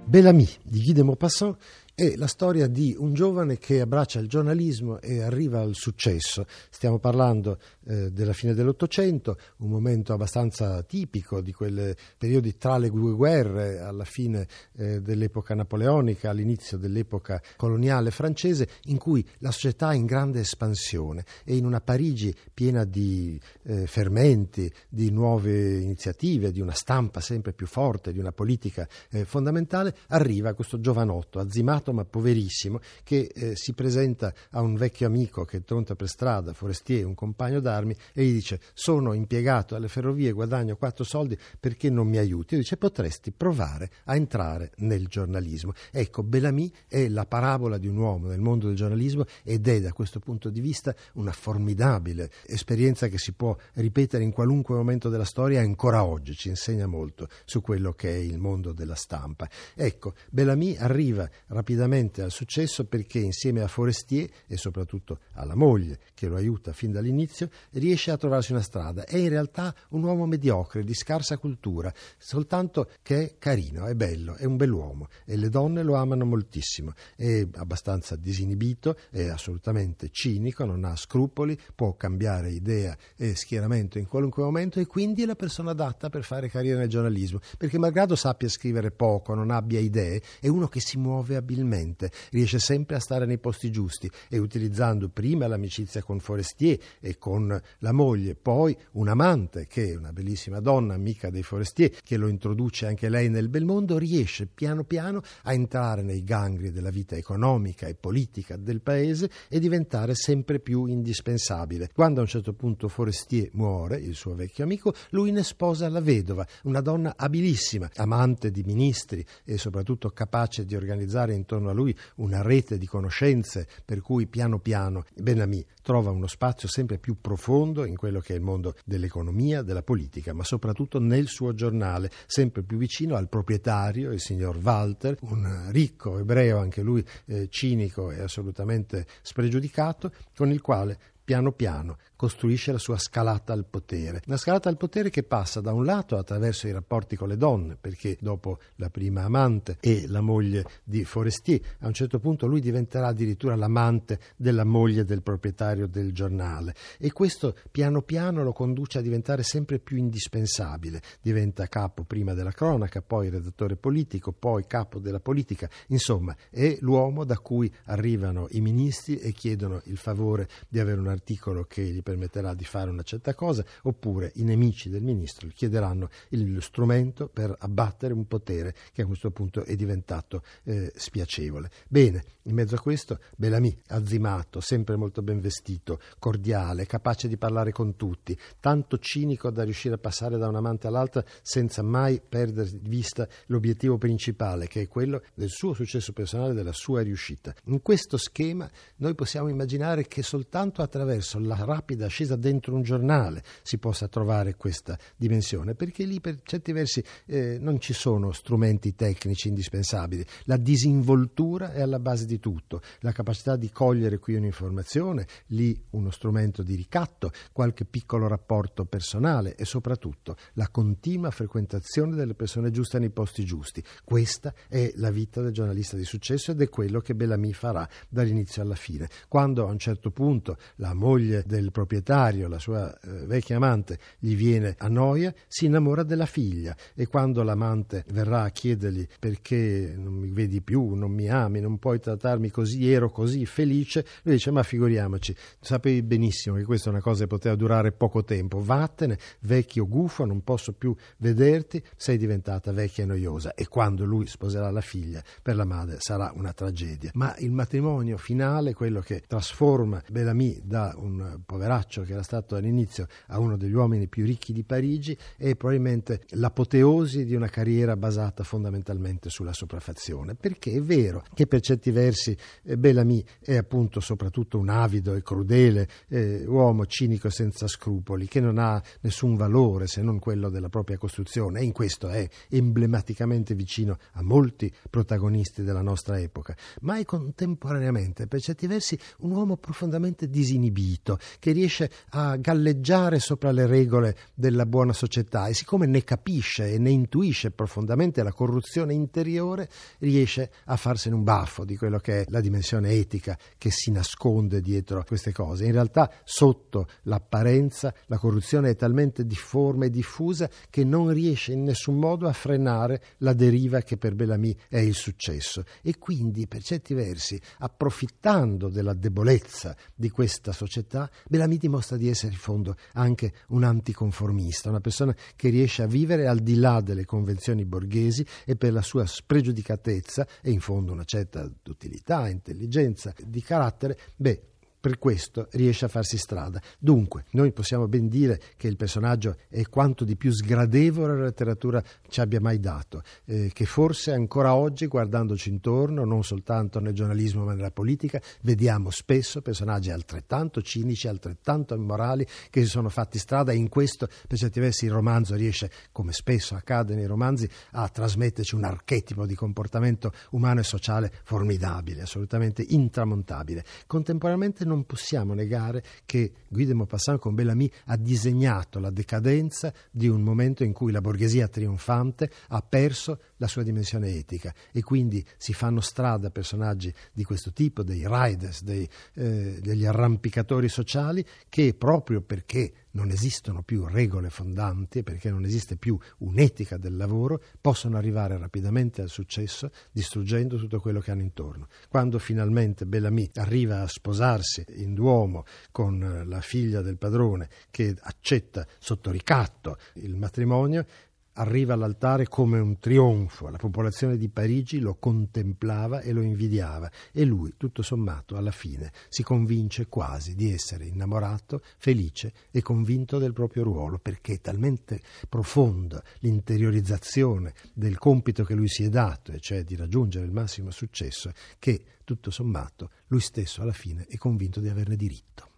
Bel-Ami di Guy de Maupassant è la storia di un giovane che abbraccia il giornalismo e arriva al successo. Stiamo parlando della fine dell'Ottocento, un momento abbastanza tipico di quei periodi tra le due guerre, alla fine dell'epoca napoleonica, all'inizio dell'epoca coloniale francese, in cui la società è in grande espansione e in una Parigi piena di fermenti, di nuove iniziative, di una stampa sempre più forte, di una politica fondamentale, arriva questo giovanotto azzimato ma poverissimo che si presenta a un vecchio amico che incontra per strada, Forestier, un compagno d'armi, e gli dice: sono impiegato alle ferrovie, guadagno 4 soldi, perché non mi aiuti? E dice: potresti provare a entrare nel giornalismo. Ecco, Bel-Ami è la parabola di un uomo nel mondo del giornalismo ed è da questo punto di vista una formidabile esperienza che si può ripetere in qualunque momento della storia e ancora oggi ci insegna molto su quello che è il mondo della stampa. Ecco, Bel-Ami arriva rapidamente al successo perché insieme a Forestier e soprattutto alla moglie che lo aiuta fin dall'inizio riesce a trovarsi una strada. È in realtà un uomo mediocre, di scarsa cultura, soltanto che è carino, è bello, è un bell'uomo e le donne lo amano moltissimo. È abbastanza disinibito, è assolutamente cinico, non ha scrupoli, può cambiare idea e schieramento in qualunque momento e quindi è la persona adatta per fare carriera nel giornalismo, perché malgrado sappia scrivere poco, non abbia idee, è uno che si muove abilmente, riesce sempre a stare nei posti giusti e utilizzando prima l'amicizia con Forestier e con la moglie, poi un amante che è una bellissima donna amica dei Forestier che lo introduce anche lei nel bel mondo, riesce piano piano a entrare nei gangli della vita economica e politica del paese e diventare sempre più indispensabile. Quando a un certo punto Forestier muore, il suo vecchio amico, lui ne sposa la vedova, una donna abilissima, amante di ministri e soprattutto capace di organizzare intorno a lui una rete di conoscenze per cui piano piano Bel-Ami trova uno spazio sempre più profondo in quello che è il mondo dell'economia, della politica, ma soprattutto nel suo giornale, sempre più vicino al proprietario, il signor Walter, un ricco ebreo, anche lui cinico e assolutamente spregiudicato, con il quale piano piano costruisce la sua scalata al potere. Una scalata al potere che passa da un lato attraverso i rapporti con le donne, perché dopo la prima amante e la moglie di Forestier, a un certo punto lui diventerà addirittura l'amante della moglie del proprietario del giornale e questo piano piano lo conduce a diventare sempre più indispensabile. Diventa capo prima della cronaca, poi redattore politico, poi capo della politica. Insomma, è l'uomo da cui arrivano i ministri e chiedono il favore di avere un articolo che gli permetterà di fare una certa cosa, oppure i nemici del ministro gli chiederanno lo strumento per abbattere un potere che a questo punto è diventato spiacevole. Bene, in mezzo a questo Bel-Ami, azzimato, sempre molto ben vestito, cordiale, capace di parlare con tutti, tanto cinico da riuscire a passare da un amante all'altra senza mai perdere di vista l'obiettivo principale, che è quello del suo successo personale, della sua riuscita. In questo schema noi possiamo immaginare che soltanto attraverso la rapida ascesa dentro un giornale si possa trovare questa dimensione, perché lì per certi versi non ci sono strumenti tecnici indispensabili, la disinvoltura è alla base di tutto, la capacità di cogliere qui un'informazione, lì uno strumento di ricatto, qualche piccolo rapporto personale e soprattutto la continua frequentazione delle persone giuste nei posti giusti. Questa è la vita del giornalista di successo ed è quello che Bel-Ami farà dall'inizio alla fine. Quando a un certo punto la moglie del proprietario, la sua vecchia amante, gli viene a noia, si innamora della figlia e quando l'amante verrà a chiedergli: perché non mi vedi più, non mi ami, non puoi trattarmi così, ero così felice, lui dice: ma figuriamoci, sapevi benissimo che questa è una cosa che poteva durare poco tempo, vattene, vecchio gufo, non posso più vederti, sei diventata vecchia e noiosa. E quando lui sposerà la figlia, per la madre sarà una tragedia. Ma il matrimonio finale, quello che trasforma Bel-Ami da un poveraccio che era stato all'inizio a uno degli uomini più ricchi di Parigi, è probabilmente l'apoteosi di una carriera basata fondamentalmente sulla sopraffazione, perché è vero che per certi versi Bel-Ami è appunto soprattutto un avido e crudele uomo cinico senza scrupoli, che non ha nessun valore se non quello della propria costruzione, e in questo è emblematicamente vicino a molti protagonisti della nostra epoca, ma è contemporaneamente per certi versi un uomo profondamente disinibito, che riesce riesce a galleggiare sopra le regole della buona società e siccome ne capisce e ne intuisce profondamente la corruzione interiore, riesce a farsene un baffo di quello che è la dimensione etica che si nasconde dietro queste cose. In realtà sotto l'apparenza la corruzione è talmente difforme e diffusa che non riesce in nessun modo a frenare la deriva che per Bellamy è il successo e quindi per certi versi, approfittando della debolezza di questa società, Bellamy dimostra di essere in fondo anche un anticonformista, una persona che riesce a vivere al di là delle convenzioni borghesi e per la sua spregiudicatezza e in fondo una certa utilità, intelligenza di carattere, per questo riesce a farsi strada. Dunque, noi possiamo ben dire che il personaggio è quanto di più sgradevole la letteratura ci abbia mai dato, che forse ancora oggi, guardandoci intorno, non soltanto nel giornalismo ma nella politica, vediamo spesso personaggi altrettanto cinici, altrettanto immorali, che si sono fatti strada e in questo, per certi versi, il romanzo riesce, come spesso accade nei romanzi, a trasmetterci un archetipo di comportamento umano e sociale formidabile, assolutamente intramontabile. Contemporaneamente non possiamo negare che Guy de Maupassant con Bellamy ha disegnato la decadenza di un momento in cui la borghesia trionfante ha perso la sua dimensione etica e quindi si fanno strada personaggi di questo tipo, dei riders, degli arrampicatori sociali, che proprio perché non esistono più regole fondanti, perché non esiste più un'etica del lavoro, possono arrivare rapidamente al successo distruggendo tutto quello che hanno intorno. Quando finalmente Bellamy arriva a sposarsi in Duomo con la figlia del padrone che accetta sotto ricatto il matrimonio, arriva all'altare come un trionfo, la popolazione di Parigi lo contemplava e lo invidiava e lui, tutto sommato, alla fine si convince quasi di essere innamorato, felice e convinto del proprio ruolo, perché è talmente profonda l'interiorizzazione del compito che lui si è dato, e cioè di raggiungere il massimo successo, che tutto sommato lui stesso alla fine è convinto di averne diritto.